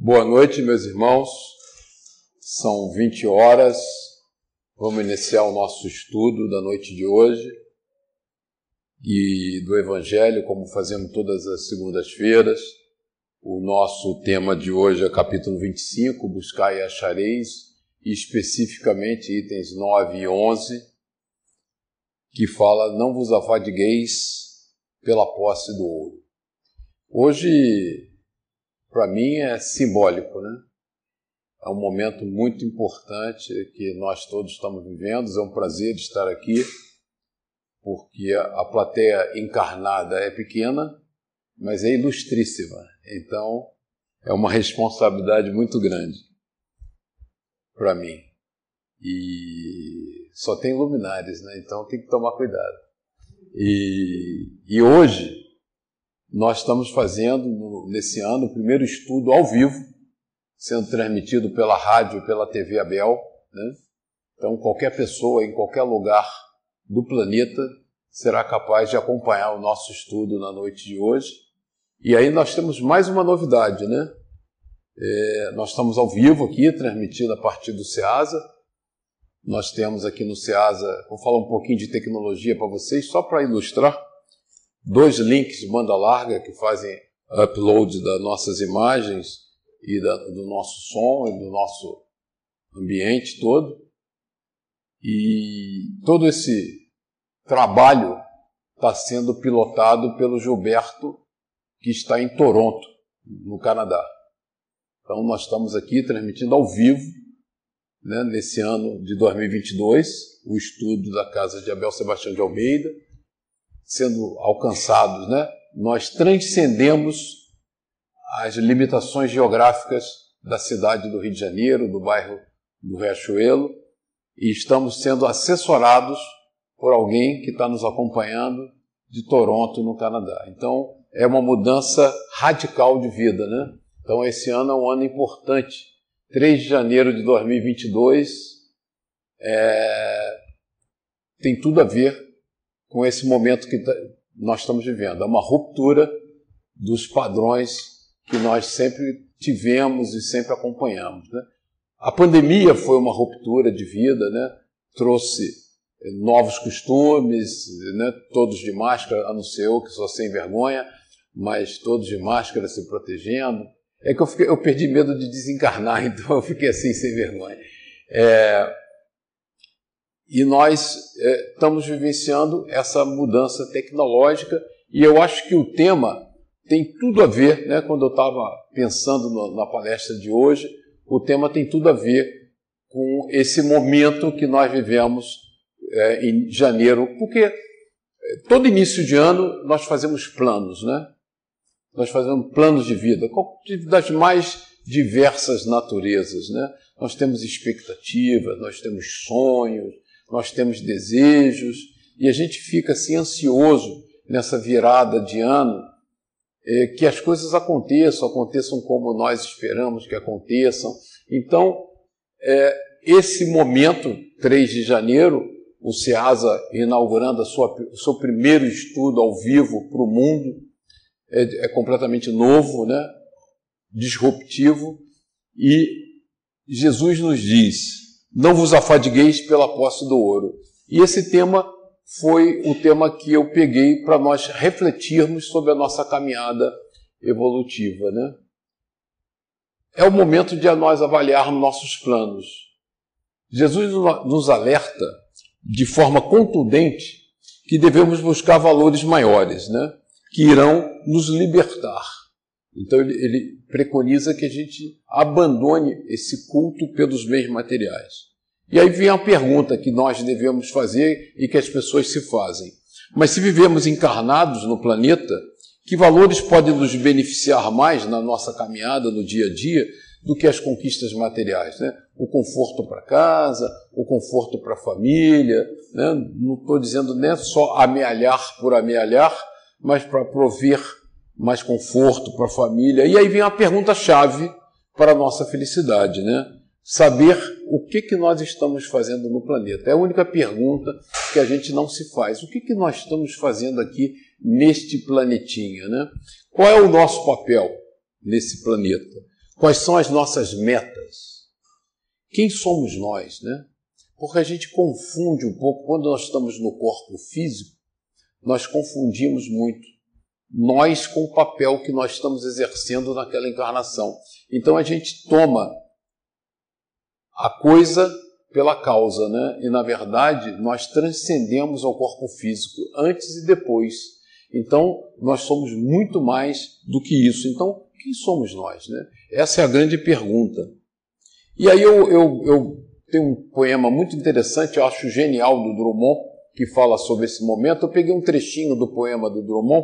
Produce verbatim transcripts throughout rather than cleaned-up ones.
Boa noite, meus irmãos. São vinte horas. Vamos iniciar o nosso estudo da noite de hoje e do Evangelho, como fazemos todas as segundas-feiras. O nosso tema de hoje é capítulo vinte e cinco, Buscai e achareis, e especificamente itens nove e onze, que fala: não vos afadigueis pela posse do ouro. Hoje, para mim, é simbólico, né? É um momento muito importante que nós todos estamos vivendo. É um prazer estar aqui, porque a plateia encarnada é pequena, mas é ilustríssima. Então, é uma responsabilidade muito grande para mim. E só tem luminares, né? Então tem que tomar cuidado. E, e hoje nós estamos fazendo, nesse ano, o primeiro estudo ao vivo, sendo transmitido pela rádio e pela T V Abel, né? Então qualquer pessoa, em qualquer lugar do planeta, será capaz de acompanhar o nosso estudo na noite de hoje. E aí nós temos mais uma novidade, né? É, nós estamos ao vivo aqui, transmitindo a partir do SEASA. Nós temos aqui no SEASA, vou falar um pouquinho de tecnologia para vocês, só para ilustrar, dois links de banda larga que fazem upload das nossas imagens e da, do nosso som e do nosso ambiente todo. E todo esse trabalho está sendo pilotado pelo Gilberto, que está em Toronto, no Canadá. Então nós estamos aqui transmitindo ao vivo, né, nesse ano de dois mil e vinte e dois, o estudo da casa de Abel Sebastião de Almeida, sendo alcançados, né? Nós transcendemos as limitações geográficas da cidade do Rio de Janeiro, do bairro do Riachuelo, e estamos sendo assessorados por alguém que está nos acompanhando de Toronto, no Canadá. Então, é uma mudança radical de vida, né? Então, esse ano é um ano importante. três de janeiro de dois mil e vinte e dois é... tem tudo a ver com esse momento que nós estamos vivendo. É uma ruptura dos padrões que nós sempre tivemos e sempre acompanhamos, né? A pandemia foi uma ruptura de vida, né? Trouxe novos costumes, né? Todos de máscara, a não ser eu, que sou sem vergonha, mas todos de máscara, se protegendo. É que eu, fiquei, eu perdi medo de desencarnar, então eu fiquei assim, sem vergonha. É... E nós é, estamos vivenciando essa mudança tecnológica, e eu acho que o tema tem tudo a ver, né? Quando eu estava pensando no, na palestra de hoje, o tema tem tudo a ver com esse momento que nós vivemos é, em janeiro, porque todo início de ano nós fazemos planos, né? Nós fazemos planos de vida, das mais diversas naturezas, né? Nós temos expectativas, nós temos sonhos, nós temos desejos, e a gente fica assim ansioso nessa virada de ano, é, que as coisas aconteçam, aconteçam como nós esperamos que aconteçam. Então, é, esse momento, três de janeiro, o SEASA inaugurando a sua, o seu primeiro estudo ao vivo para o mundo, é, é completamente novo, né? Disruptivo, e Jesus nos diz: não vos afadigueis pela posse do ouro. E esse tema foi o tema que eu peguei para nós refletirmos sobre a nossa caminhada evolutiva, né? É o momento de nós avaliarmos nossos planos. Jesus nos alerta de forma contundente que devemos buscar valores maiores, né? Que irão nos libertar. Então ele, ele preconiza que a gente abandone esse culto pelos bens materiais. E aí vem a pergunta que nós devemos fazer e que as pessoas se fazem. Mas se vivemos encarnados no planeta, que valores podem nos beneficiar mais na nossa caminhada, no dia a dia, do que as conquistas materiais, né? O conforto para casa, o conforto para a família, né? Não estou dizendo nem só amealhar por amealhar, mas para prover mais conforto para a família. E aí vem a pergunta-chave para a nossa felicidade, né? Saber o que, que nós estamos fazendo no planeta. É a única pergunta que a gente não se faz. O que, que nós estamos fazendo aqui neste planetinha, né? Qual é o nosso papel nesse planeta? Quais são as nossas metas? Quem somos nós, né? Porque a gente confunde um pouco, quando nós estamos no corpo físico, nós confundimos muito nós com o papel que nós estamos exercendo naquela encarnação. Então a gente toma a coisa pela causa, né? E na verdade nós transcendemos ao corpo físico antes e depois. Então nós somos muito mais do que isso. Então quem somos nós, né? Essa é a grande pergunta. E aí eu, eu, eu tenho um poema muito interessante, eu acho genial, do Drummond, que fala sobre esse momento. Eu peguei um trechinho do poema do Drummond,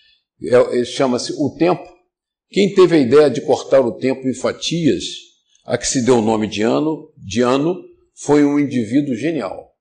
ele chama-se O Tempo. Quem teve a ideia de cortar o tempo em fatias, a que se deu o nome de ano, de ano, foi um indivíduo genial.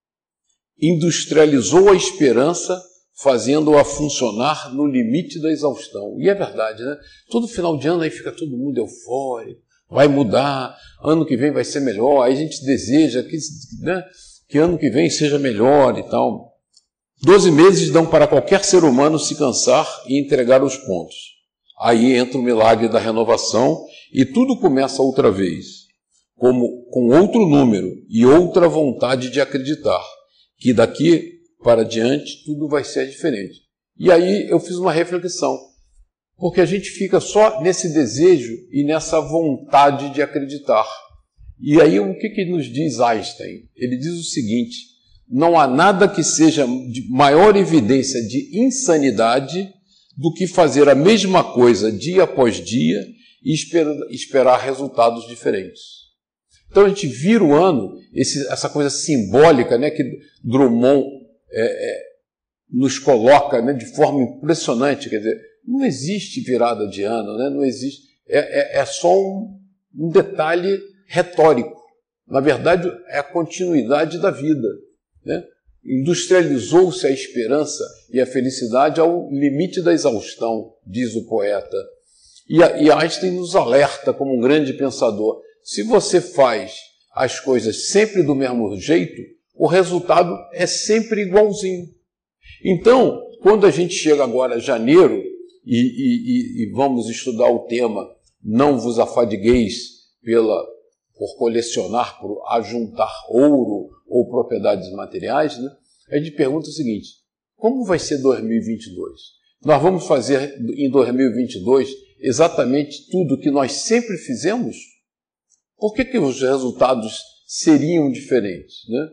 Industrializou a esperança, fazendo-a funcionar no limite da exaustão. E é verdade, né? Todo final de ano aí fica todo mundo eufórico, vai mudar, ano que vem vai ser melhor, aí a gente deseja que, né, que ano que vem seja melhor e tal. Doze meses dão para qualquer ser humano se cansar e entregar os pontos. Aí entra o milagre da renovação e tudo começa outra vez, como com outro número e outra vontade de acreditar, que daqui para diante tudo vai ser diferente. E aí eu fiz uma reflexão, porque a gente fica só nesse desejo e nessa vontade de acreditar. E aí o que, que nos diz Einstein? Ele diz o seguinte: não há nada que seja de maior evidência de insanidade do que fazer a mesma coisa dia após dia e esperar, esperar resultados diferentes. Então a gente vira o ano, esse, essa coisa simbólica, né, que Drummond é, é, nos coloca, né, de forma impressionante. Quer dizer, não existe virada de ano, né, não existe, é, é, é só um, um detalhe retórico. Na verdade, é a continuidade da vida, né? Industrializou-se a esperança e a felicidade ao limite da exaustão, diz o poeta. E, a, e Einstein nos alerta como um grande pensador: se você faz as coisas sempre do mesmo jeito, o resultado é sempre igualzinho. Então, quando a gente chega agora a janeiro e, e, e vamos estudar o tema Não vos afadigueis pela, por colecionar, por ajuntar ouro ou propriedades materiais, né? A gente pergunta o seguinte: como vai ser dois mil e vinte e dois? Nós vamos fazer em dois mil e vinte e dois exatamente tudo que nós sempre fizemos? Por que, que os resultados seriam diferentes, né?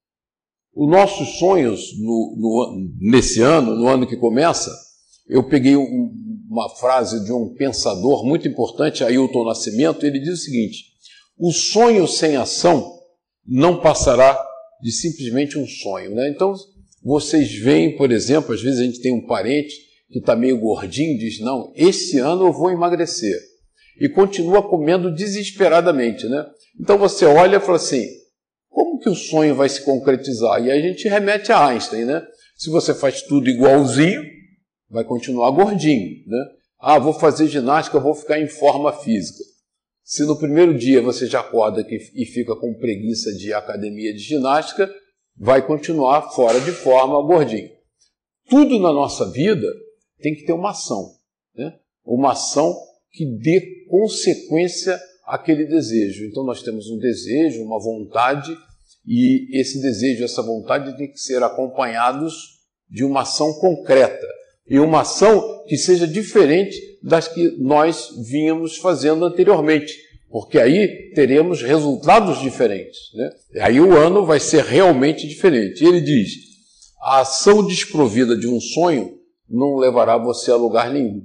Os nossos sonhos no, no, nesse ano, no ano que começa, eu peguei um, uma frase de um pensador muito importante, Ailton Nascimento. Ele diz o seguinte: o sonho sem ação não passará de simplesmente um sonho, né? Então, vocês veem, por exemplo, às vezes a gente tem um parente que está meio gordinho e diz: não, esse ano eu vou emagrecer. E continua comendo desesperadamente, né? Então você olha e fala assim: como que o sonho vai se concretizar? E aí a gente remete a Einstein, né? Se você faz tudo igualzinho, vai continuar gordinho, né? Ah, vou fazer ginástica, vou ficar em forma física. Se no primeiro dia você já acorda e fica com preguiça de academia de ginástica, vai continuar fora de forma, gordinho. Tudo na nossa vida tem que ter uma ação, né? Uma ação que dê consequência àquele desejo. Então nós temos um desejo, uma vontade, e esse desejo, essa vontade tem que ser acompanhados de uma ação concreta. E uma ação que seja diferente das que nós vínhamos fazendo anteriormente, porque aí teremos resultados diferentes, né? Aí o ano vai ser realmente diferente. E ele diz: a ação desprovida de um sonho não levará você a lugar nenhum.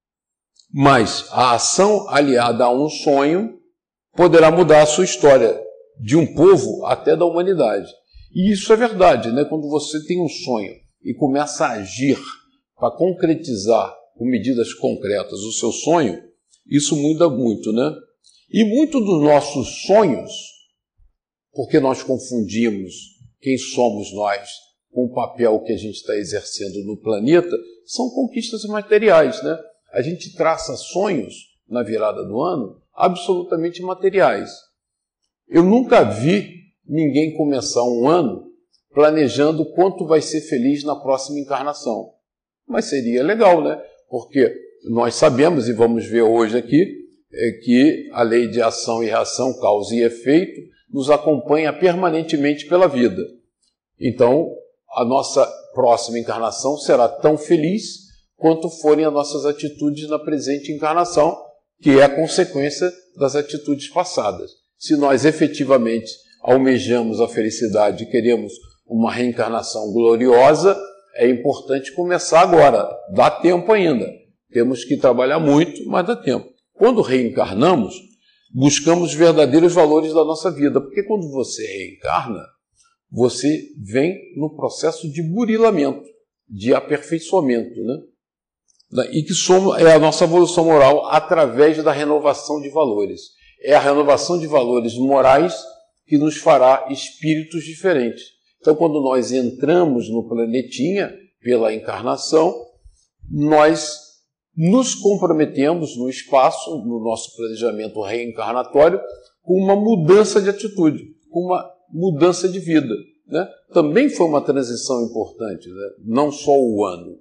Mas a ação aliada a um sonho poderá mudar a sua história, de um povo até da humanidade. E isso é verdade, né? Quando você tem um sonho e começa a agir para concretizar com medidas concretas o seu sonho, isso muda muito, né? E muito dos nossos sonhos, porque nós confundimos quem somos nós com o papel que a gente está exercendo no planeta, são conquistas materiais, né? A gente traça sonhos na virada do ano absolutamente materiais. Eu nunca vi ninguém começar um ano planejando quanto vai ser feliz na próxima encarnação. Mas seria legal, né? Porque nós sabemos, e vamos ver hoje aqui, é que a lei de ação e reação, causa e efeito, nos acompanha permanentemente pela vida. Então, a nossa próxima encarnação será tão feliz quanto forem as nossas atitudes na presente encarnação, que é a consequência das atitudes passadas. Se nós efetivamente almejamos a felicidade e queremos uma reencarnação gloriosa, é importante começar agora. Dá tempo ainda. Temos que trabalhar muito, mas dá tempo. Quando reencarnamos, buscamos verdadeiros valores da nossa vida, porque quando você reencarna, você vem no processo de burilamento, de aperfeiçoamento, né? E que somos, é a nossa evolução moral através da renovação de valores. É a renovação de valores morais que nos fará espíritos diferentes. Então, quando nós entramos no planetinha pela encarnação, nós nos comprometemos no espaço, no nosso planejamento reencarnatório, com uma mudança de atitude, com uma mudança de vida, né? Também foi uma transição importante, né? Não só o ano.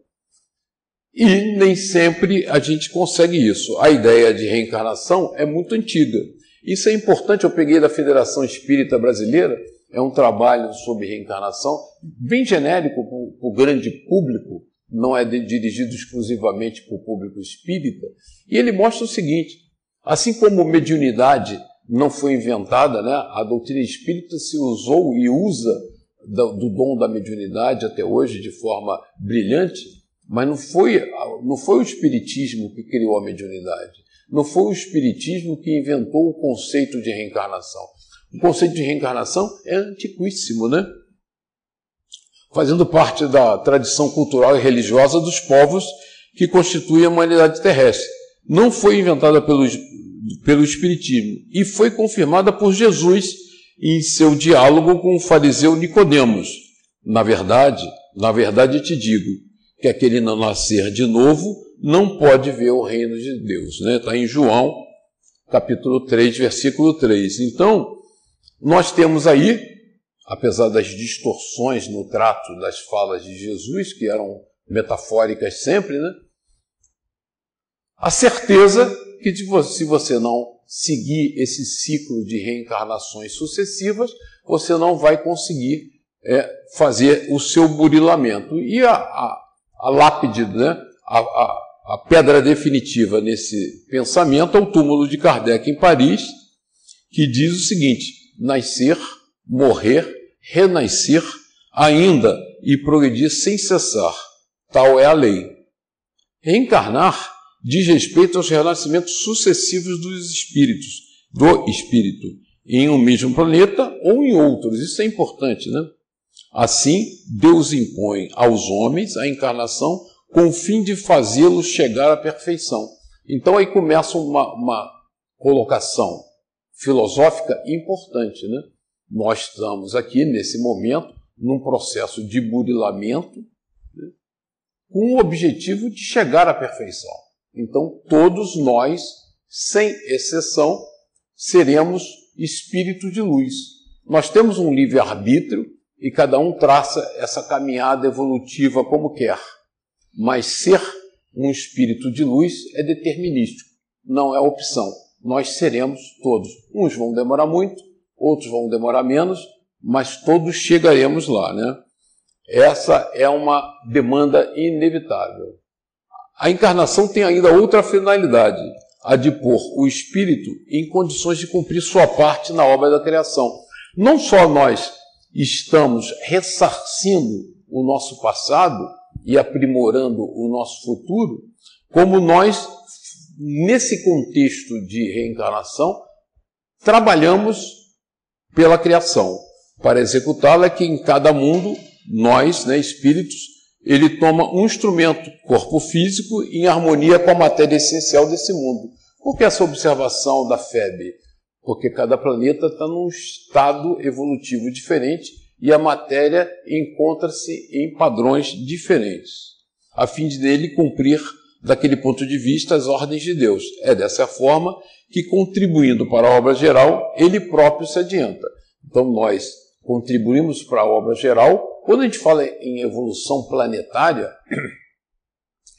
E nem sempre a gente consegue isso. A ideia de reencarnação é muito antiga. Isso é importante, eu peguei da Federação Espírita Brasileira, é um trabalho sobre reencarnação, bem genérico para o grande público, não é de, dirigido exclusivamente para o público espírita, e ele mostra o seguinte: assim como mediunidade não foi inventada, né, a doutrina espírita se usou e usa do, do dom da mediunidade até hoje de forma brilhante, mas não foi, não foi o espiritismo que criou a mediunidade, não foi o espiritismo que inventou o conceito de reencarnação. O conceito de reencarnação é antiquíssimo, né? Fazendo parte da tradição cultural e religiosa dos povos que constituem a humanidade terrestre. Não foi inventada pelo, pelo Espiritismo e foi confirmada por Jesus em seu diálogo com o fariseu Nicodemos. Na verdade, na verdade te digo que aquele não nascer de novo não pode ver o reino de Deus. Né? Está em João, capítulo três, versículo três. Então, nós temos aí, apesar das distorções no trato das falas de Jesus, que eram metafóricas sempre, né? A certeza que se você não seguir esse ciclo de reencarnações sucessivas, você não vai conseguir é, fazer o seu burilamento. E a, a, a lápide, né? a, a, a pedra definitiva nesse pensamento é o túmulo de Kardec em Paris, que diz o seguinte: nascer, morrer, renascer, ainda e progredir sem cessar. Tal é a lei. Reencarnar diz respeito aos renascimentos sucessivos dos espíritos, do espírito, em um mesmo planeta ou em outros. Isso é importante, né? Assim, Deus impõe aos homens a encarnação com o fim de fazê-los chegar à perfeição. Então aí começa uma, uma colocação filosófica importante, né? Nós estamos aqui, nesse momento, num processo de burilamento, né, com o objetivo de chegar à perfeição. Então, todos nós, sem exceção, seremos espírito de luz. Nós temos um livre-arbítrio e cada um traça essa caminhada evolutiva como quer. Mas ser um espírito de luz é determinístico, não é opção. Nós seremos todos. Uns vão demorar muito, outros vão demorar menos, mas todos chegaremos lá, né? Essa é uma demanda inevitável. A encarnação tem ainda outra finalidade, a de pôr o espírito em condições de cumprir sua parte na obra da criação. Não só nós estamos ressarcindo o nosso passado e aprimorando o nosso futuro, como nós, nesse contexto de reencarnação, trabalhamos pela criação. Para executá-la, que em cada mundo, nós, né, espíritos, ele toma um instrumento, corpo físico, em harmonia com a matéria essencial desse mundo. Por que essa observação da F E B? Porque cada planeta está num estado evolutivo diferente e a matéria encontra-se em padrões diferentes, a fim de dele cumprir, daquele ponto de vista, as ordens de Deus. É dessa forma que, contribuindo para a obra geral, ele próprio se adianta. Então, nós contribuímos para a obra geral. Quando a gente fala em evolução planetária,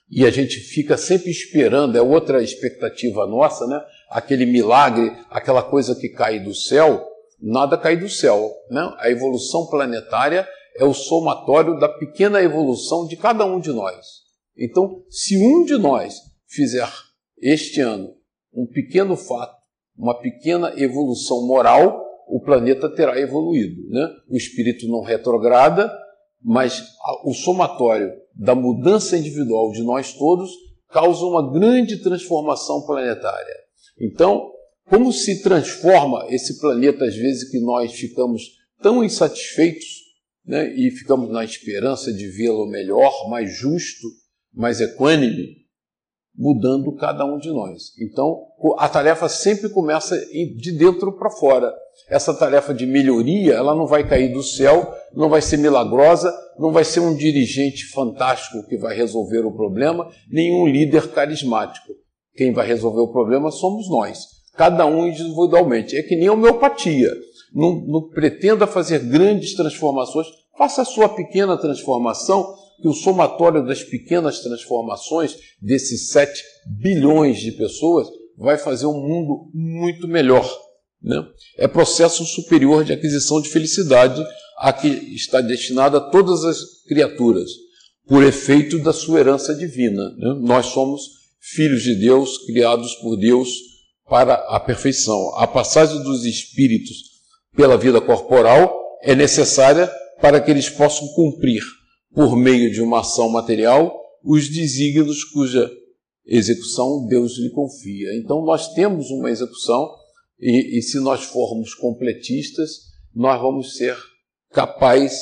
e a gente fica sempre esperando, é outra expectativa nossa, né? Aquele milagre, aquela coisa que cai do céu, nada cai do céu, né? A evolução planetária é o somatório da pequena evolução de cada um de nós. Então, se um de nós fizer este ano um pequeno fato, uma pequena evolução moral, o planeta terá evoluído, né? O espírito não retrograda, mas o somatório da mudança individual de nós todos causa uma grande transformação planetária. Então, como se transforma esse planeta, às vezes, que nós ficamos tão insatisfeitos, né, e ficamos na esperança de vê-lo melhor, mais justo, mais equânime, mudando cada um de nós. Então, a tarefa sempre começa de dentro para fora. Essa tarefa de melhoria, ela não vai cair do céu, não vai ser milagrosa, não vai ser um dirigente fantástico que vai resolver o problema, nenhum líder carismático. Quem vai resolver o problema somos nós, cada um individualmente. É que nem a homeopatia. Não, não pretenda fazer grandes transformações, faça a sua pequena transformação, que o somatório das pequenas transformações desses sete bilhões de pessoas vai fazer um mundo muito melhor, né? É processo superior de aquisição de felicidade a que está destinada a todas as criaturas, por efeito da sua herança divina, né? Nós somos filhos de Deus, criados por Deus para a perfeição. A passagem dos espíritos pela vida corporal é necessária para que eles possam cumprir, por meio de uma ação material, os desígnios cuja execução Deus lhe confia. Então nós temos uma execução e, e se nós formos completistas, nós vamos ser capazes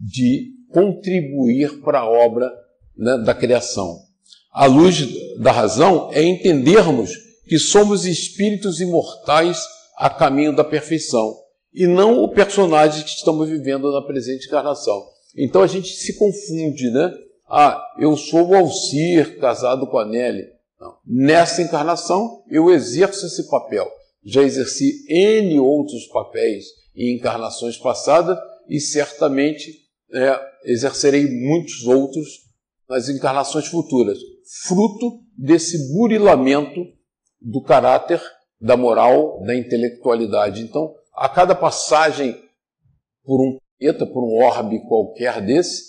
de contribuir para a obra, né, da criação. A luz da razão é entendermos que somos espíritos imortais a caminho da perfeição e não o personagem que estamos vivendo na presente encarnação. Então a gente se confunde, né? Ah, eu sou o Alcir, casado com a Nelly. Não. Nessa encarnação, eu exerço esse papel. Já exerci N outros papéis em encarnações passadas e certamente é, exercerei muitos outros nas encarnações futuras, fruto desse burilamento do caráter, da moral, da intelectualidade. Então, a cada passagem por um planeta, por um orbe qualquer desse,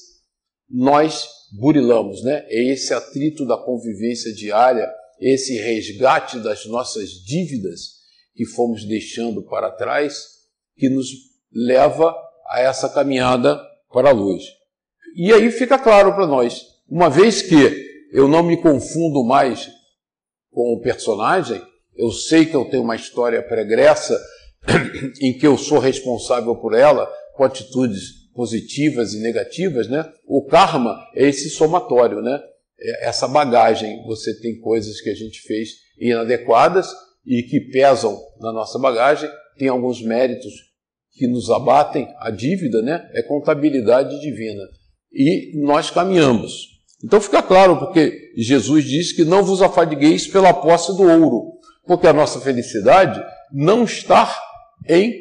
nós burilamos, né? É esse atrito da convivência diária, esse resgate das nossas dívidas que fomos deixando para trás, que nos leva a essa caminhada para a luz. E aí fica claro para nós, uma vez que eu não me confundo mais com o personagem, eu sei que eu tenho uma história pregressa em que eu sou responsável por ela, com atitudes positivas e negativas, né? O karma é esse somatório, né? É essa bagagem. Você tem coisas que a gente fez inadequadas e que pesam na nossa bagagem, tem alguns méritos que nos abatem a dívida, né? É contabilidade divina. E nós caminhamos. Então fica claro, porque Jesus diz que não vos afadigueis pela posse do ouro, porque a nossa felicidade não está em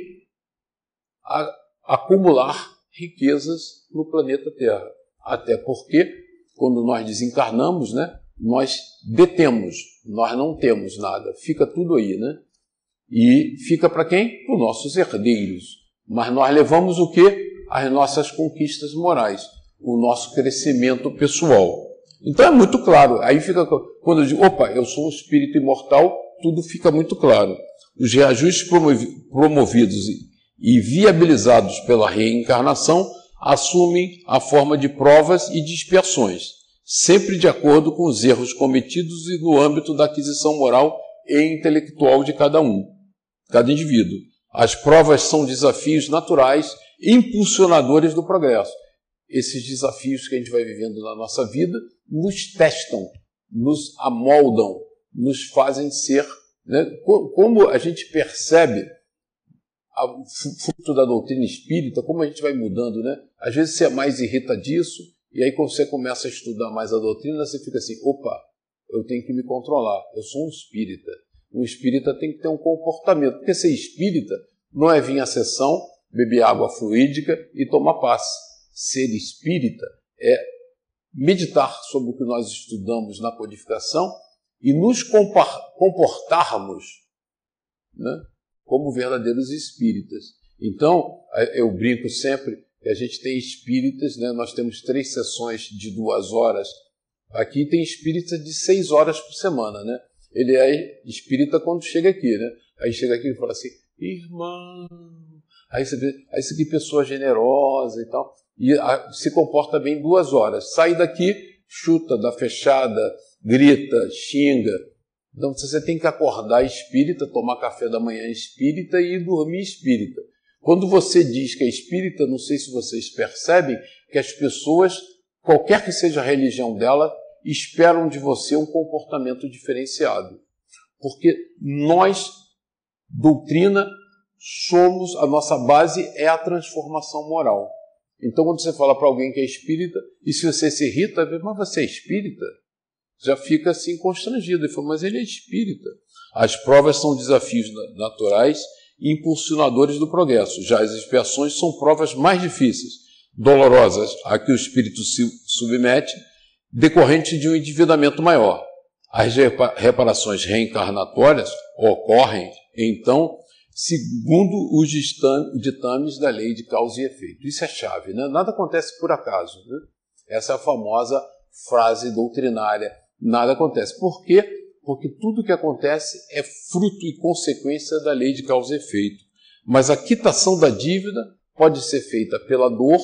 a, acumular riquezas no planeta Terra. Até porque, quando nós desencarnamos, né, nós detemos, nós não temos nada. Fica tudo aí, né? E fica para quem? Para os nossos herdeiros. Mas nós levamos o quê? As nossas conquistas morais, o nosso crescimento pessoal. Então é muito claro. Aí fica, quando eu digo, opa, eu sou um espírito imortal, tudo fica muito claro. Os reajustes promovidos e viabilizados pela reencarnação assumem a forma de provas e dispersões, sempre de acordo com os erros cometidos e no âmbito da aquisição moral e intelectual de cada um, cada indivíduo. As provas são desafios naturais, impulsionadores do progresso. Esses desafios que a gente vai vivendo na nossa vida nos testam, nos amoldam, nos fazem ser, né? Como a gente percebe o fruto da doutrina espírita, como a gente vai mudando, né? Às vezes você é mais irritadiço, e aí quando você começa a estudar mais a doutrina, você fica assim, opa, eu tenho que me controlar, eu sou um espírita. Um espírita tem que ter um comportamento, porque ser espírita não é vir à sessão, beber água fluídica e tomar passe. Ser espírita é meditar sobre o que nós estudamos na codificação e nos comportarmos, né, como verdadeiros espíritas. Então, eu brinco sempre que a gente tem espíritas, né, nós temos três sessões de duas horas. Aqui tem espírita de seis horas por semana, né? Ele é espírita quando chega aqui, né? Aí chega aqui e fala assim, irmão, aí você vê, aí isso aqui pessoa generosa e tal, e a, se comporta bem duas horas. Sai daqui, chuta, dá fechada, grita, xinga. Então você tem que acordar espírita, tomar café da manhã espírita e ir dormir espírita. Quando você diz que é espírita, não sei se vocês percebem que as pessoas, qualquer que seja a religião dela, esperam de você um comportamento diferenciado. Porque nós, doutrina, somos, a nossa base é a transformação moral. Então, quando você fala para alguém que é espírita, e se você se irrita, mas você é espírita? Já fica assim constrangido. Ele fala, mas ele é espírita. As provas são desafios naturais e impulsionadores do progresso. Já as expiações são provas mais difíceis, dolorosas, a que o espírito se submete, decorrente de um endividamento maior. As reparações reencarnatórias ocorrem, então, segundo os ditames da lei de causa e efeito. Isso é chave, né? Nada acontece por acaso, né? Essa é a famosa frase doutrinária. Nada acontece. Por quê? Porque tudo que acontece é fruto e consequência da lei de causa e efeito. Mas a quitação da dívida pode ser feita pela dor,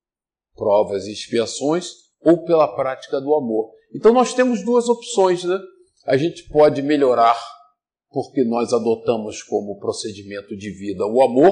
provas e expiações, ou pela prática do amor. Então nós temos duas opções, né? A gente pode melhorar porque nós adotamos como procedimento de vida o amor,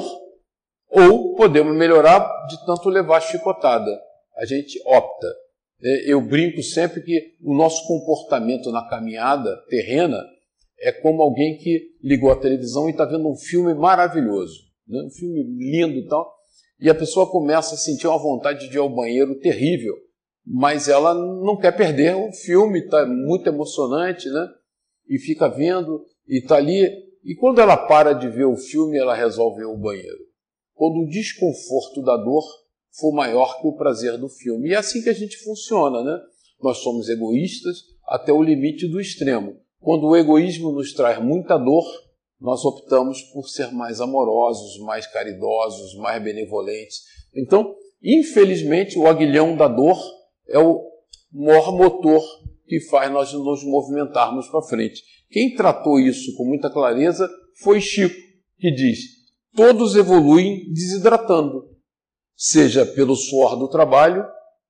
ou podemos melhorar de tanto levar chicotada. A gente opta. Eu brinco sempre que o nosso comportamento na caminhada terrena é como alguém que ligou a televisão e está vendo um filme maravilhoso, né? Um filme lindo e tal, e a pessoa começa a sentir uma vontade de ir ao banheiro terrível, mas ela não quer perder o filme, está muito emocionante, né? E fica vendo, e está ali, e quando ela para de ver o filme, ela resolve ir ao banheiro. Quando o desconforto da dor for maior que o prazer do filme. E é assim que a gente funciona, né? Nós somos egoístas até o limite do extremo. Quando o egoísmo nos traz muita dor, nós optamos por ser mais amorosos, mais caridosos, mais benevolentes. Então, infelizmente, o aguilhão da dor é o maior motor que faz nós nos movimentarmos para frente. Quem tratou isso com muita clareza foi Chico, que diz, todos evoluem desidratando, seja pelo suor do trabalho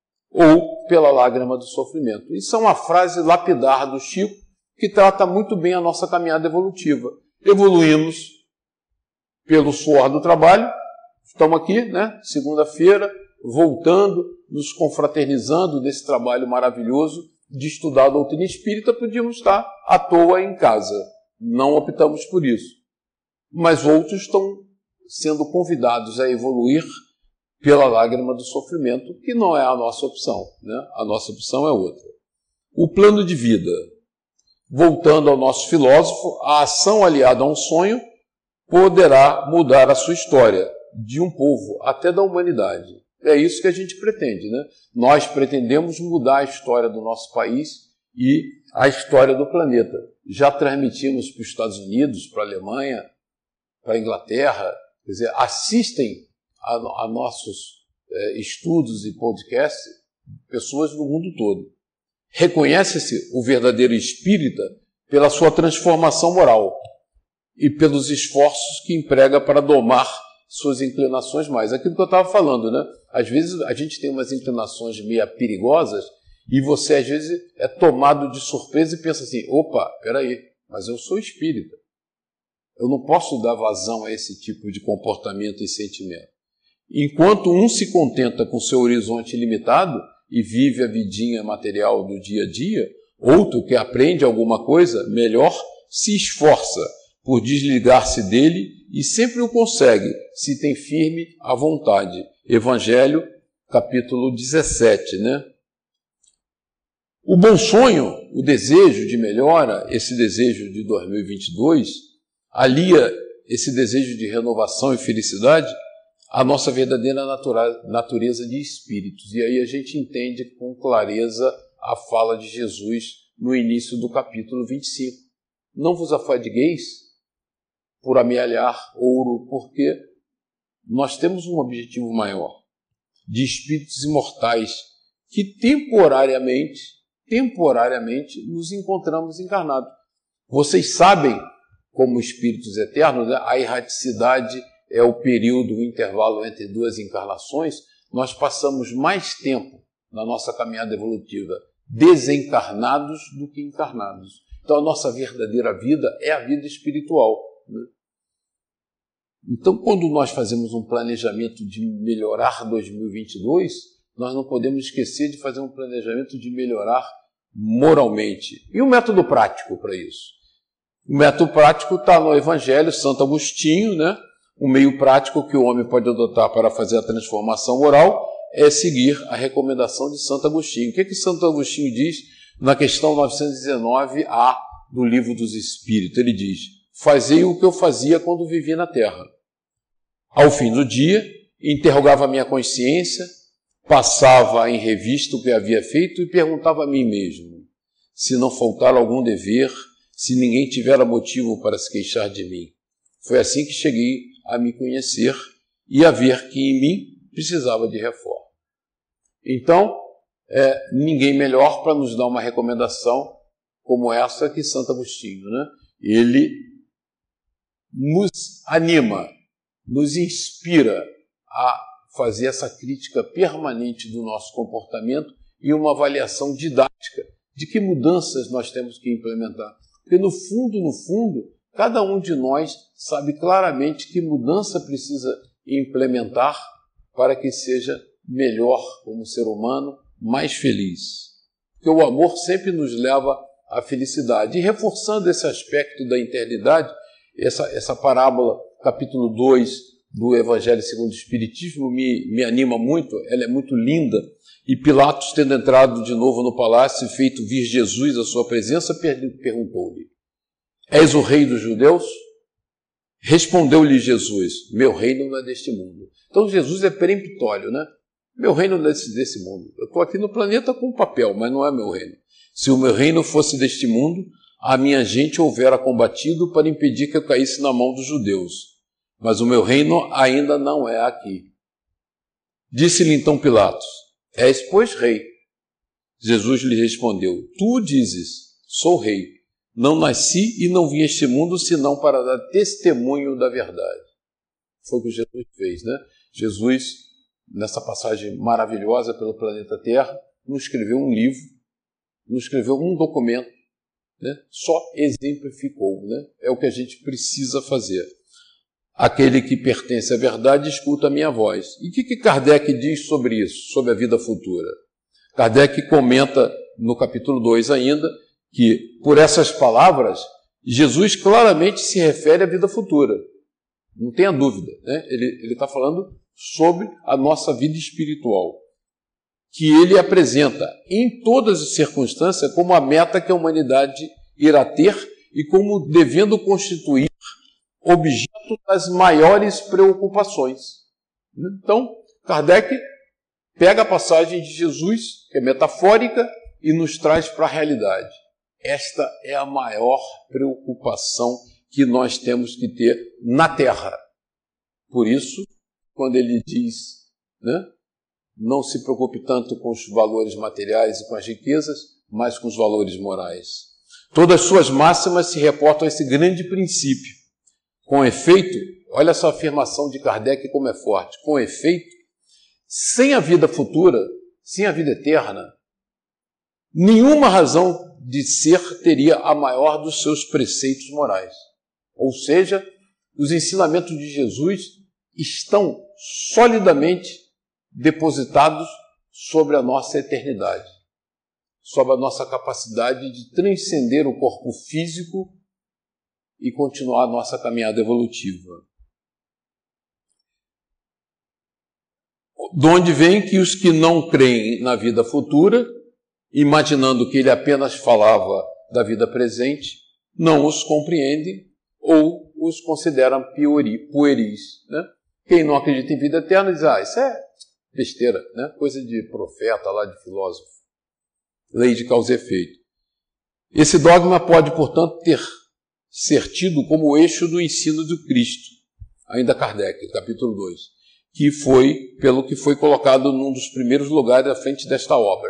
ou pela lágrima do sofrimento. Isso é uma frase lapidar do Chico que trata muito bem a nossa caminhada evolutiva. Evoluímos pelo suor do trabalho, estamos aqui, né? Segunda-feira, voltando, nos confraternizando desse trabalho maravilhoso de estudar a doutrina espírita, podíamos estar à toa em casa. Não optamos por isso. Mas outros estão sendo convidados a evoluir pela lágrima do sofrimento, que não é a nossa opção, né? A nossa opção é outra. O plano de vida. Voltando ao nosso filósofo, a ação aliada a um sonho poderá mudar a sua história, de um povo até da humanidade. É isso que a gente pretende, né? Nós pretendemos mudar a história do nosso país e a história do planeta. Já transmitimos para os Estados Unidos, para a Alemanha, para a Inglaterra, quer dizer, assistem a, a nossos é, estudos e podcasts pessoas do mundo todo. Reconhece-se o verdadeiro espírita pela sua transformação moral e pelos esforços que emprega para domar suas inclinações mais. Aquilo que eu estava falando, né? Às vezes a gente tem umas inclinações meio perigosas e você às vezes é tomado de surpresa e pensa assim, opa, peraí, mas eu sou espírita. Eu não posso dar vazão a esse tipo de comportamento e sentimento. Enquanto um se contenta com seu horizonte limitado e vive a vidinha material do dia a dia, outro que aprende alguma coisa melhor se esforça por desligar-se dele e sempre o consegue, se tem firme a vontade. Evangelho, capítulo dezessete, né? O bom sonho, o desejo de melhora, esse desejo de dois mil e vinte e dois, alia esse desejo de renovação e felicidade a nossa verdadeira natura, natureza de espíritos. E aí a gente entende com clareza a fala de Jesus no início do capítulo vinte e cinco. Não vos afadigueis por amealhar ouro, porque nós temos um objetivo maior, de espíritos imortais, que temporariamente, temporariamente nos encontramos encarnados. Vocês sabem, como espíritos eternos, né, a erraticidade é o período, o intervalo entre duas encarnações. Nós passamos mais tempo na nossa caminhada evolutiva desencarnados do que encarnados. Então a nossa verdadeira vida é a vida espiritual, né? Então, quando nós fazemos um planejamento de melhorar dois mil e vinte e dois, nós não podemos esquecer de fazer um planejamento de melhorar moralmente. E o método prático para isso? O método prático está no Evangelho, Santo Agostinho, né? O meio prático que o homem pode adotar para fazer a transformação moral é seguir a recomendação de Santo Agostinho. O que, que Santo Agostinho diz na questão novecentos e dezenove A do Livro dos Espíritos? Ele diz: fazei o que eu fazia quando vivia na Terra. Ao fim do dia, interrogava a minha consciência, passava em revista o que havia feito e perguntava a mim mesmo se não faltar algum dever, se ninguém tivera motivo para se queixar de mim. Foi assim que cheguei a me conhecer e a ver que em mim precisava de reforma. Então, é, ninguém melhor para nos dar uma recomendação como essa que Santo Agostinho, né? Ele nos anima, nos inspira a fazer essa crítica permanente do nosso comportamento e uma avaliação didática de que mudanças nós temos que implementar. Porque no fundo, no fundo, cada um de nós sabe claramente que mudança precisa implementar para que seja melhor como ser humano, mais feliz. Porque o amor sempre nos leva à felicidade. E reforçando esse aspecto da eternidade, essa, essa parábola, capítulo dois do Evangelho segundo o Espiritismo, me, me anima muito, ela é muito linda. E Pilatos, tendo entrado de novo no palácio e feito vir Jesus à sua presença, perguntou-lhe: és o rei dos judeus? Respondeu-lhe Jesus: meu reino não é deste mundo. Então Jesus é peremptório, né? Meu reino não é desse, desse mundo. Eu estou aqui no planeta com papel, mas não é meu reino. Se o meu reino fosse deste mundo, a minha gente houvera combatido para impedir que eu caísse na mão dos judeus. Mas o meu reino ainda não é aqui. Disse-lhe então Pilatos: és, pois, rei? Jesus lhe respondeu: tu dizes, sou rei. Não nasci e não vim a este mundo senão para dar testemunho da verdade. Foi o que Jesus fez, né? Jesus, nessa passagem maravilhosa pelo planeta Terra, não escreveu um livro, não escreveu um documento, né? Só exemplificou, né? É o que a gente precisa fazer. Aquele que pertence à verdade escuta a minha voz. E o que, que Kardec diz sobre isso, sobre a vida futura? Kardec comenta no capítulo dois ainda que, por essas palavras, Jesus claramente se refere à vida futura. Não tenha dúvida, né? Ele está falando sobre a nossa vida espiritual, que ele apresenta em todas as circunstâncias como a meta que a humanidade irá ter e como devendo constituir objeto das maiores preocupações. Então, Kardec pega a passagem de Jesus, que é metafórica, e nos traz para a realidade. Esta é a maior preocupação que nós temos que ter na Terra. Por isso, quando ele diz, né, não se preocupe tanto com os valores materiais e com as riquezas, mas com os valores morais. Todas as suas máximas se reportam a esse grande princípio. Com efeito, olha essa afirmação de Kardec como é forte. Com efeito, sem a vida futura, sem a vida eterna, nenhuma razão de ser teria a maior dos seus preceitos morais. Ou seja, os ensinamentos de Jesus estão solidamente depositados sobre a nossa eternidade, sobre a nossa capacidade de transcender o corpo físico e continuar a nossa caminhada evolutiva. De onde vem que os que não creem na vida futura, imaginando que ele apenas falava da vida presente, não os compreendem ou os consideram pueris, né? Quem não acredita em vida eterna diz, ah, isso é besteira, né? Coisa de profeta lá, de filósofo. Lei de causa e efeito. Esse dogma pode, portanto, ter ser tido como o eixo do ensino do Cristo, ainda Kardec, capítulo dois, que foi, pelo que foi colocado num dos primeiros lugares à frente desta obra.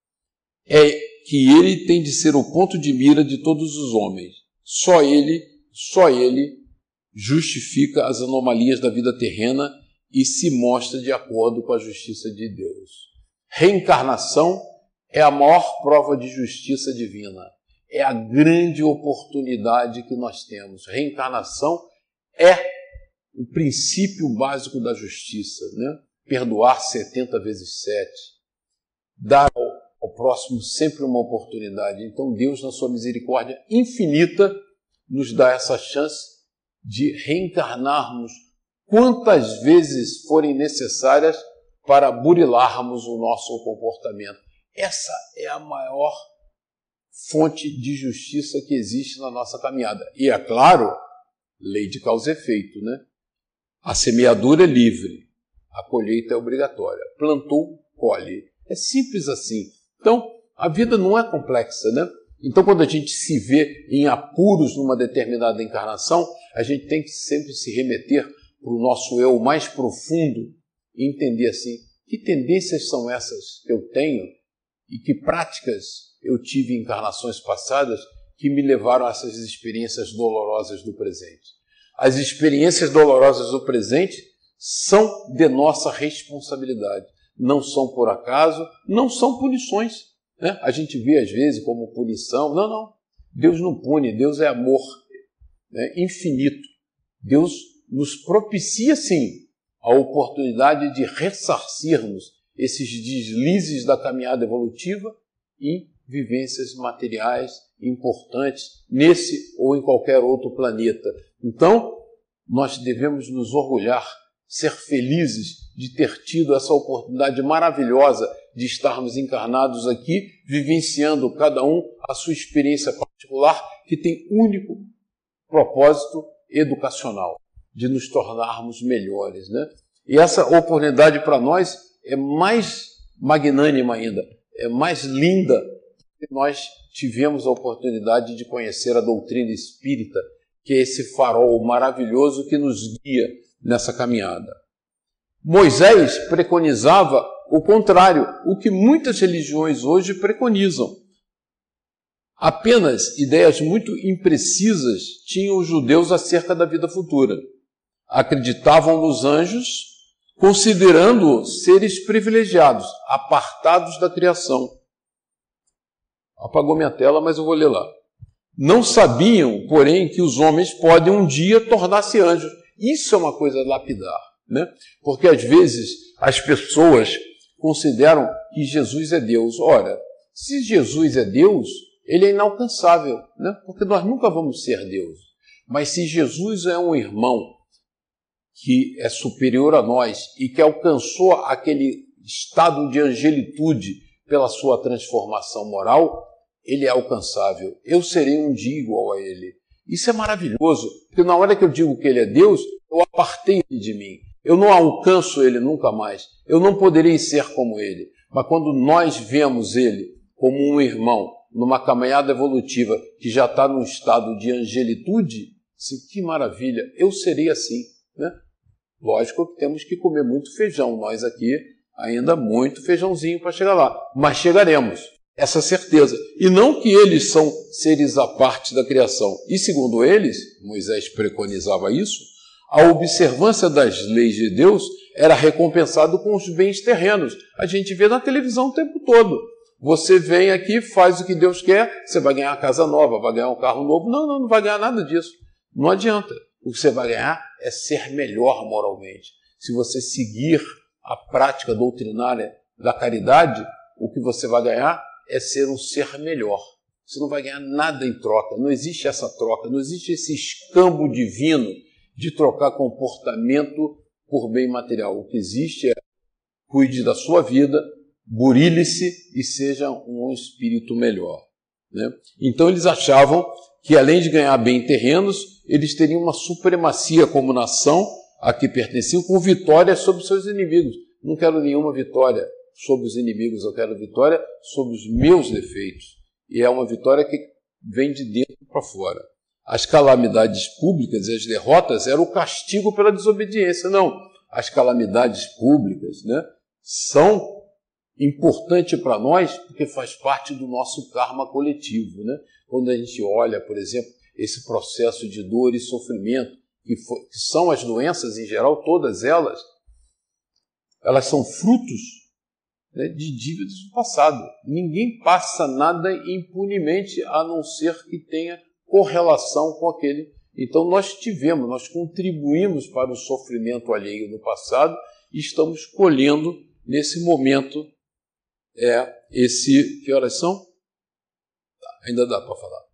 É que ele tem de ser o ponto de mira de todos os homens. Só ele, só ele justifica as anomalias da vida terrena e se mostra de acordo com a justiça de Deus. Reencarnação é a maior prova de justiça divina. É a grande oportunidade que nós temos. Reencarnação é o princípio básico da justiça, né? Perdoar setenta vezes sete. Dar ao, ao próximo sempre uma oportunidade. Então Deus, na sua misericórdia infinita, nos dá essa chance de reencarnarmos quantas vezes forem necessárias para burilarmos o nosso comportamento. Essa é a maior fonte de justiça que existe na nossa caminhada. E, é claro, lei de causa e efeito, né? A semeadura é livre, a colheita é obrigatória. Plantou, colhe. É simples assim. Então, a vida não é complexa, né? Então, quando a gente se vê em apuros numa determinada encarnação, a gente tem que sempre se remeter para o nosso eu mais profundo e entender assim, que tendências são essas que eu tenho e que práticas eu tive em encarnações passadas que me levaram a essas experiências dolorosas do presente. As experiências dolorosas do presente são de nossa responsabilidade. Não são por acaso, não são punições, né? A gente vê às vezes como punição. Não, não. Deus não pune, Deus é amor, né? Infinito. Deus nos propicia, sim, a oportunidade de ressarcirmos esses deslizes da caminhada evolutiva e vivências materiais importantes nesse ou em qualquer outro planeta. Então, nós devemos nos orgulhar, ser felizes de ter tido essa oportunidade maravilhosa de estarmos encarnados aqui, vivenciando cada um a sua experiência particular, que tem único propósito educacional, de nos tornarmos melhores, né? E essa oportunidade para nós é mais magnânima ainda, é mais linda, que nós tivemos a oportunidade de conhecer a doutrina espírita, que é esse farol maravilhoso que nos guia nessa caminhada. Moisés preconizava o contrário, o que muitas religiões hoje preconizam. Apenas ideias muito imprecisas tinham os judeus acerca da vida futura. Acreditavam nos anjos, considerando-os seres privilegiados, apartados da criação. Apagou minha tela, mas eu vou ler lá. Não sabiam, porém, que os homens podem um dia tornar-se anjos. Isso é uma coisa lapidar, né? Porque às vezes as pessoas consideram que Jesus é Deus. Ora, se Jesus é Deus, ele é inalcançável, né? Porque nós nunca vamos ser Deus. Mas se Jesus é um irmão que é superior a nós e que alcançou aquele estado de angelitude pela sua transformação moral, ele é alcançável. Eu serei um dia igual a ele. Isso é maravilhoso, porque na hora que eu digo que ele é Deus, eu apartei ele de mim. Eu não alcanço ele nunca mais. Eu não poderei ser como ele. Mas quando nós vemos ele como um irmão, numa caminhada evolutiva que já está num estado de angelitude, assim, que maravilha, eu serei assim, né? Lógico que temos que comer muito feijão, nós aqui ainda muito feijãozinho para chegar lá, mas chegaremos, essa certeza. E não que eles são seres à parte da criação. E segundo eles, Moisés preconizava isso, a observância das leis de Deus era recompensado com os bens terrenos. A gente vê na televisão o tempo todo. Você vem aqui, faz o que Deus quer, você vai ganhar uma casa nova, vai ganhar um carro novo. Não, não, não vai ganhar nada disso. Não adianta. O que você vai ganhar é ser melhor moralmente. Se você seguir a prática doutrinária da caridade, o que você vai ganhar é ser um ser melhor. Você não vai ganhar nada em troca. Não existe essa troca, não existe esse escambo divino de trocar comportamento por bem material. O que existe é cuide da sua vida, burile-se e seja um espírito melhor, né? Então eles achavam que além de ganhar bem terrenos, eles teriam uma supremacia como nação a que pertenciam, com vitória sobre seus inimigos. Não quero nenhuma vitória sobre os inimigos, eu quero vitória sobre os meus defeitos. E é uma vitória que vem de dentro para fora. As calamidades públicas e as derrotas eram o castigo pela desobediência. Não, as calamidades públicas, né, são importantes para nós porque faz parte do nosso karma coletivo. Né? Quando a gente olha, por exemplo, esse processo de dor e sofrimento, que, for, que são as doenças em geral, todas elas, elas são frutos, né, de dívidas do passado. Ninguém passa nada impunemente, a não ser que tenha correlação com aquele. Então nós tivemos, nós contribuímos para o sofrimento alheio no passado e estamos colhendo nesse momento é, esse... Que horas são? Tá, ainda dá para falar.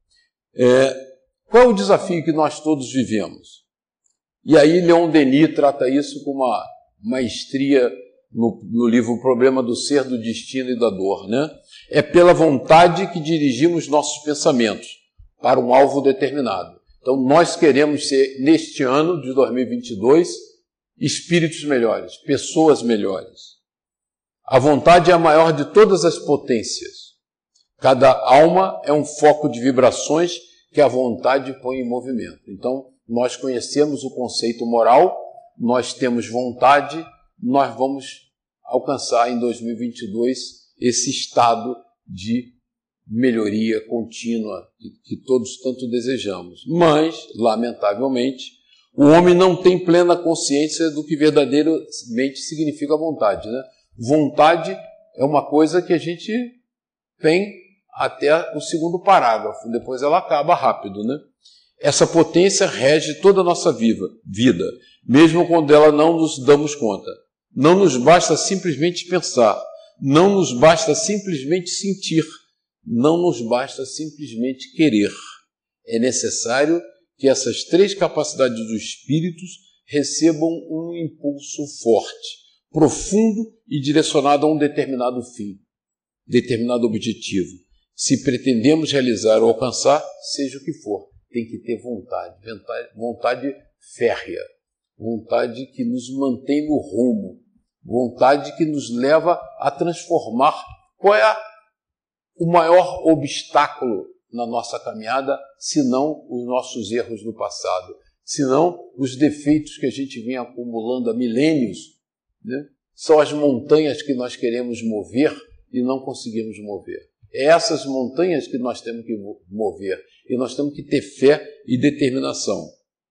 É, qual é o desafio que nós todos vivemos? E aí Leon Denis trata isso com uma maestria no, no livro O Problema do Ser, do Destino e da Dor. Né? É pela vontade que dirigimos nossos pensamentos para um alvo determinado. Então, nós queremos ser, neste ano de dois mil e vinte e dois, espíritos melhores, pessoas melhores. A vontade é a maior de todas as potências. Cada alma é um foco de vibrações que a vontade põe em movimento. Então, nós conhecemos o conceito moral, nós temos vontade, nós vamos alcançar em dois mil e vinte e dois esse estado de melhoria contínua que todos tanto desejamos. Mas, lamentavelmente, o homem não tem plena consciência do que verdadeiramente significa vontade. Né? Vontade é uma coisa que a gente tem até o segundo parágrafo, depois ela acaba rápido. Né? Essa potência rege toda a nossa vida, mesmo quando ela não nos damos conta. Não nos basta simplesmente pensar, não nos basta simplesmente sentir, não nos basta simplesmente querer. É necessário que essas três capacidades dos espíritos recebam um impulso forte, profundo e direcionado a um determinado fim, determinado objetivo. Se pretendemos realizar ou alcançar, seja o que for, tem que ter vontade, vontade férrea, vontade que nos mantém no rumo, vontade que nos leva a transformar. Qual é a o maior obstáculo na nossa caminhada, senão os nossos erros do passado, senão os defeitos que a gente vem acumulando há milênios, né? São as montanhas que nós queremos mover e não conseguimos mover. É essas montanhas que nós temos que mover e nós temos que ter fé e determinação.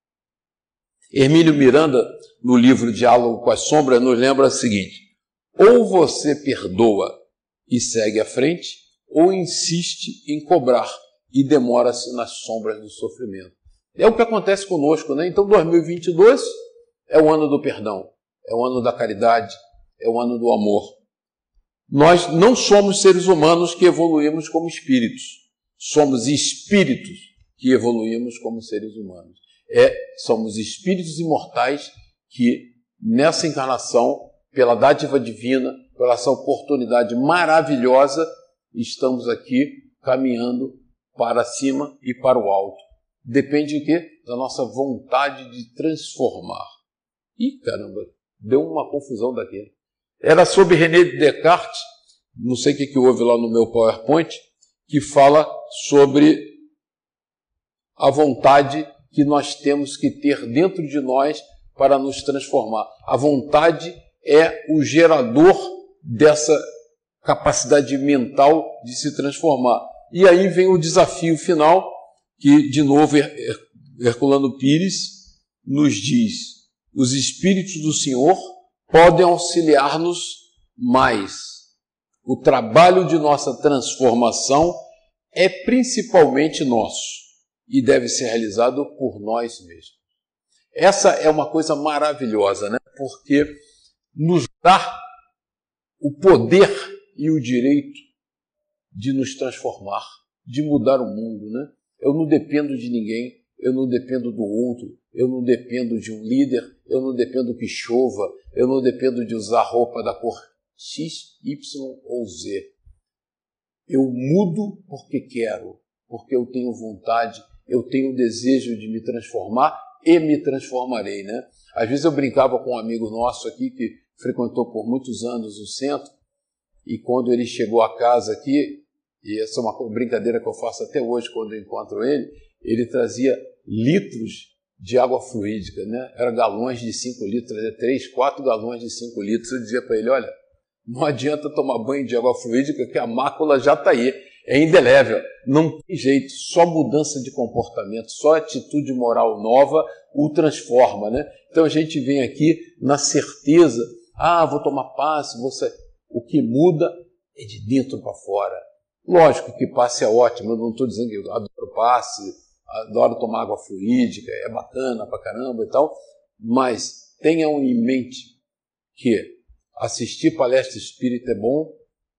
Hermínio Miranda, no livro Diálogo com as Sombras, nos lembra o seguinte: ou você perdoa e segue à frente, ou insiste em cobrar e demora-se nas sombras do sofrimento. É o que acontece conosco, né? Então, dois mil e vinte e dois é o ano do perdão, é o ano da caridade, é o ano do amor. Nós não somos seres humanos que evoluímos como espíritos, somos espíritos que evoluímos como seres humanos. É, somos espíritos imortais que, nessa encarnação, pela dádiva divina, pela essa oportunidade maravilhosa, estamos aqui caminhando para cima e para o alto. Depende de quê? Da nossa vontade de transformar. Ih, caramba, deu uma confusão daqui. Era sobre René Descartes, não sei o que, que houve lá no meu PowerPoint, que fala sobre a vontade que nós temos que ter dentro de nós para nos transformar. A vontade é o gerador dessa capacidade mental de se transformar. E aí vem o desafio final, que, de novo, Herculano Pires nos diz: os espíritos do Senhor podem auxiliar-nos mais. O trabalho de nossa transformação é principalmente nosso e deve ser realizado por nós mesmos. Essa é uma coisa maravilhosa, né? Porque nos dá o poder e o direito de nos transformar, de mudar o mundo, né? Eu não dependo de ninguém, eu não dependo do outro, eu não dependo de um líder, eu não dependo que chova, eu não dependo de usar roupa da cor X, Y ou Z. Eu mudo porque quero, porque eu tenho vontade, eu tenho o desejo de me transformar e me transformarei, né? Às vezes eu brincava com um amigo nosso aqui que frequentou por muitos anos o centro, e quando ele chegou a casa aqui, e essa é uma brincadeira que eu faço até hoje quando eu encontro ele, ele trazia litros de água fluídica, né? Era galões de cinco litros, trazia três, quatro galões de cinco litros. Eu dizia para ele, olha, não adianta tomar banho de água fluídica que a mácula já está aí, é indelével, não tem jeito, só mudança de comportamento, só atitude moral nova o transforma, né? Então a gente vem aqui na certeza, ah, vou tomar passe, você... o que muda é de dentro para fora. Lógico que passe é ótimo, eu não estou dizendo que eu adoro passe, adoro tomar água fluídica, é bacana pra caramba e tal, mas tenham em mente que assistir palestra espírita é bom,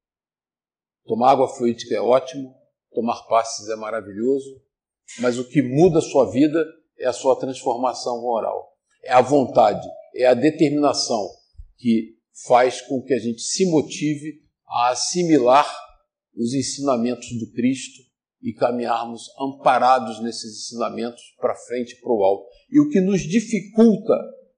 tomar água fluídica é ótimo, tomar passes é maravilhoso, mas o que muda a sua vida é a sua transformação moral. É a vontade, é a determinação que faz com que a gente se motive a assimilar os ensinamentos do Cristo e caminharmos amparados nesses ensinamentos para frente e para o alto. E o que nos dificulta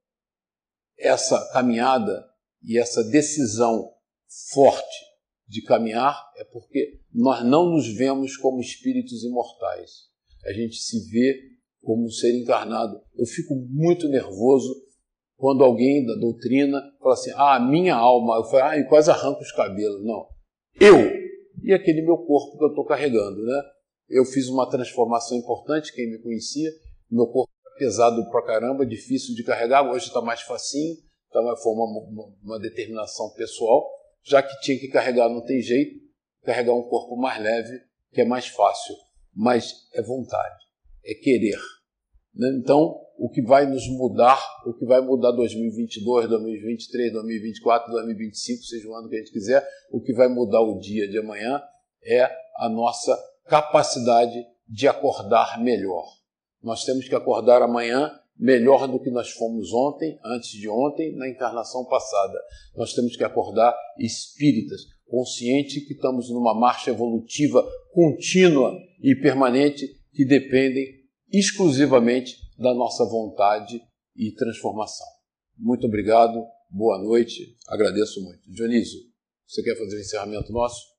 essa caminhada e essa decisão forte de caminhar é porque nós não nos vemos como espíritos imortais. A gente se vê como um ser encarnado. Eu fico muito nervoso quando alguém da doutrina fala assim, ah, minha alma, eu falo, ah, e quase arranco os cabelos. Não, eu e aquele meu corpo que eu estou carregando, né? Eu fiz uma transformação importante, quem me conhecia, meu corpo era pesado pra caramba, difícil de carregar, hoje está mais facinho, então foi uma, uma, uma determinação pessoal, já que tinha que carregar, não tem jeito, carregar um corpo mais leve, que é mais fácil, mas é vontade, é querer. Né? Então, o que vai nos mudar, o que vai mudar dois mil e vinte e dois, dois mil e vinte e três, dois mil e vinte e quatro, dois mil e vinte e cinco, seja o ano que a gente quiser, o que vai mudar o dia de amanhã é a nossa capacidade de acordar melhor. Nós temos que acordar amanhã melhor do que nós fomos ontem, antes de ontem, na encarnação passada. Nós temos que acordar espíritas, conscientes que estamos numa marcha evolutiva contínua e permanente que dependem exclusivamente da nossa vontade e transformação. Muito obrigado, boa noite, agradeço muito. Dionísio, você quer fazer o encerramento nosso?